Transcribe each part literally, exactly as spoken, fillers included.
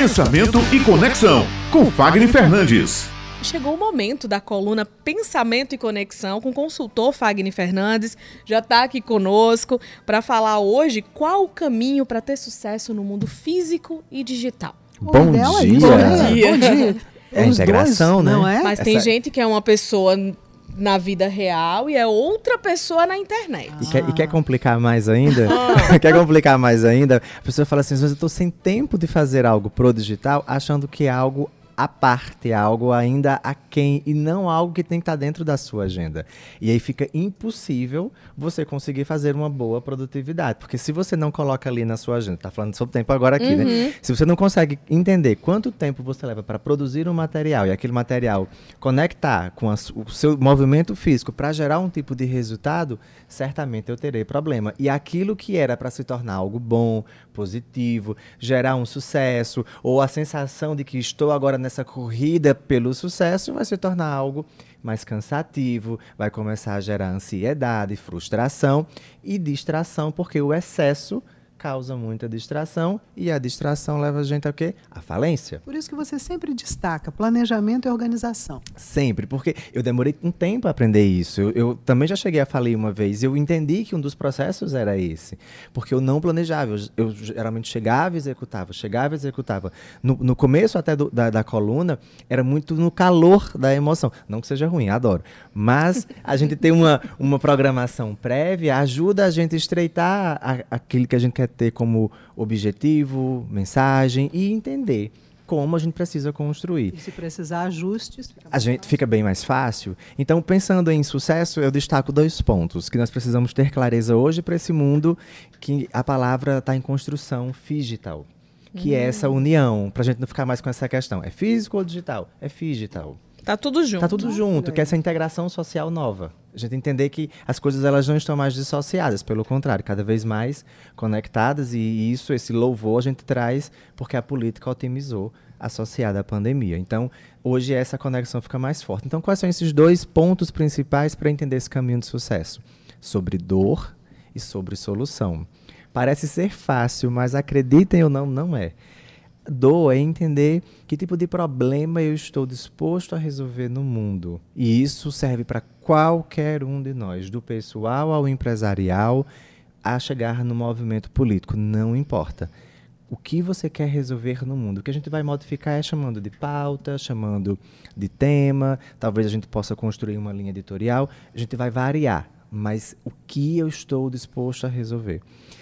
Pensamento e Conexão, com Fagner Fernandes. Chegou o momento da coluna Pensamento e Conexão com o consultor Fagner Fernandes. Já está aqui conosco para falar hoje qual o caminho para ter sucesso no mundo físico e digital. Bom dia. Bom dia. Bom dia. É a integração, dois, né? Não é? Mas Essa... tem gente que é uma pessoa na vida real e é outra pessoa na internet. E, ah. quer, e quer complicar mais ainda? Ah. Quer complicar mais ainda? A pessoa fala assim, mas eu estou sem tempo de fazer algo pro digital, achando que é algo à parte, algo ainda aquém e não algo que tem que estar dentro da sua agenda. E aí fica impossível você conseguir fazer uma boa produtividade, porque se você não coloca ali na sua agenda, tá falando sobre tempo agora aqui, uhum. né? Se você não consegue entender quanto tempo você leva para produzir um material e aquele material conectar com a, o seu movimento físico para gerar um tipo de resultado, certamente eu terei problema. E aquilo que era para se tornar algo bom, positivo, gerar um sucesso, ou a sensação de que estou agora nessa corrida pelo sucesso, vai se tornar algo mais cansativo, vai começar a gerar ansiedade, frustração e distração, porque o excesso causa muita distração e a distração leva a gente a quê? A falência. Por isso que você sempre destaca planejamento e organização. Sempre, porque eu demorei um tempo a aprender isso. Eu, eu também já cheguei a falar uma vez e eu entendi que um dos processos era esse, porque eu não planejava. Eu, eu geralmente chegava e executava, chegava e executava. No, no começo até do, da, da coluna, era muito no calor da emoção. Não que seja ruim, adoro. Mas a gente ter uma, uma programação prévia ajuda a gente a estreitar a, aquilo que a gente quer ter como objetivo, mensagem e entender como a gente precisa construir. E se precisar ajustes, fica a gente fácil. Fica bem mais fácil. Então, pensando em sucesso, eu destaco dois pontos que nós precisamos ter clareza hoje para esse mundo que a palavra está em construção digital, que hum. é essa união, para a gente não ficar mais com essa questão. É físico ou digital? É digital. Tá tudo junto. Tá tudo junto, que é essa integração social nova. A gente entender que as coisas elas não estão mais dissociadas, pelo contrário, cada vez mais conectadas, e isso, esse louvor a gente traz porque a política otimizou associada à pandemia. Então, hoje essa conexão fica mais forte. Então, quais são esses dois pontos principais para entender esse caminho de sucesso? Sobre dor e sobre solução. Parece ser fácil, mas acreditem ou não, não é. Dor é entender que tipo de problema eu estou disposto a resolver no mundo. E isso serve para qualquer um de nós, do pessoal ao empresarial, a chegar no movimento político. Não importa. O que você quer resolver no mundo? O que a gente vai modificar é chamando de pauta, chamando de tema. Talvez a gente possa construir uma linha editorial. A gente vai variar. Mas o que eu estou disposto a resolver?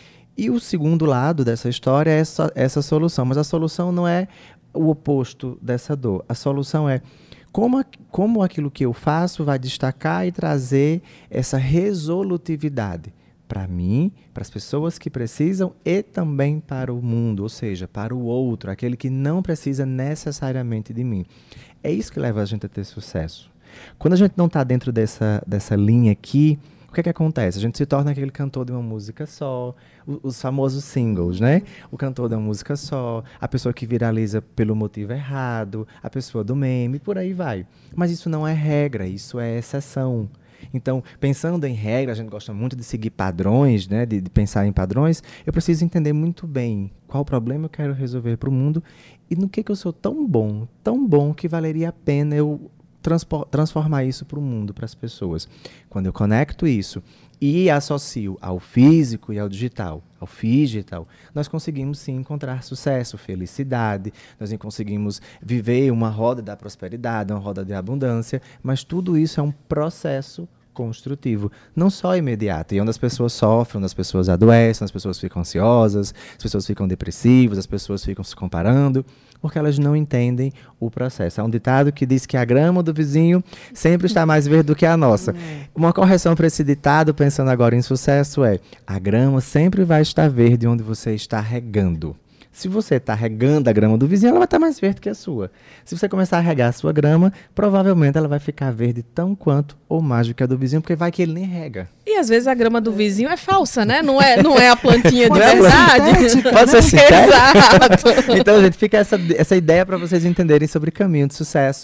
E o segundo lado dessa história é essa, essa solução. Mas a solução não é o oposto dessa dor. A solução é como, como aquilo que eu faço vai destacar e trazer essa resolutividade para mim, para as pessoas que precisam e também para o mundo, ou seja, para o outro, aquele que não precisa necessariamente de mim. É isso que leva a gente a ter sucesso. Quando a gente não está dentro dessa, dessa linha aqui, o que é que acontece? A gente se torna aquele cantor de uma música só, os, os famosos singles, né? O cantor de uma música só, a pessoa que viraliza pelo motivo errado, a pessoa do meme, por aí vai. Mas isso não é regra, isso é exceção. Então, pensando em regra, a gente gosta muito de seguir padrões, né? de, de pensar em padrões, eu preciso entender muito bem qual problema eu quero resolver para o mundo e no que, que eu sou tão bom, tão bom que valeria a pena eu transformar isso para o mundo, para as pessoas. Quando eu conecto isso e associo ao físico e ao digital, ao digital, nós conseguimos sim encontrar sucesso, felicidade, nós conseguimos viver uma roda da prosperidade, uma roda de abundância, mas tudo isso é um processo construtivo, não só imediato, e onde as pessoas sofrem, onde as pessoas adoecem, as pessoas ficam ansiosas, as pessoas ficam depressivas, as pessoas ficam se comparando, porque elas não entendem o processo. Há um ditado que diz que a grama do vizinho sempre está mais verde do que a nossa. Uma correção para esse ditado, pensando agora em sucesso, é: a grama sempre vai estar verde onde você está regando. Se você está regando a grama do vizinho, ela vai estar mais verde que a sua. Se você começar a regar a sua grama, provavelmente ela vai ficar verde tão quanto ou mais do que a do vizinho, porque vai que ele nem rega. E às vezes a grama do vizinho é falsa, né? Não é, não é a plantinha de Pode verdade. Ser Pode ser sintética. Exato. Então, gente, fica essa, essa ideia para vocês entenderem sobre caminho de sucesso.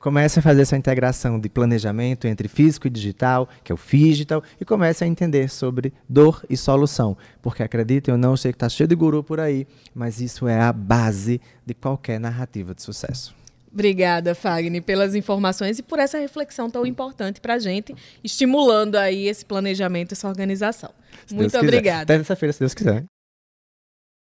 comece a fazer essa integração de planejamento entre físico e digital, que é o Figital, e comece a entender sobre dor e solução. Porque acreditem ou não, eu sei que está cheio de guru por aí, mas isso é a base de qualquer narrativa de sucesso. Obrigada, Fagner, pelas informações e por essa reflexão tão importante para a gente, estimulando aí esse planejamento, essa organização. Se Muito Deus quiser. obrigada. Até terça-feira, se Deus quiser.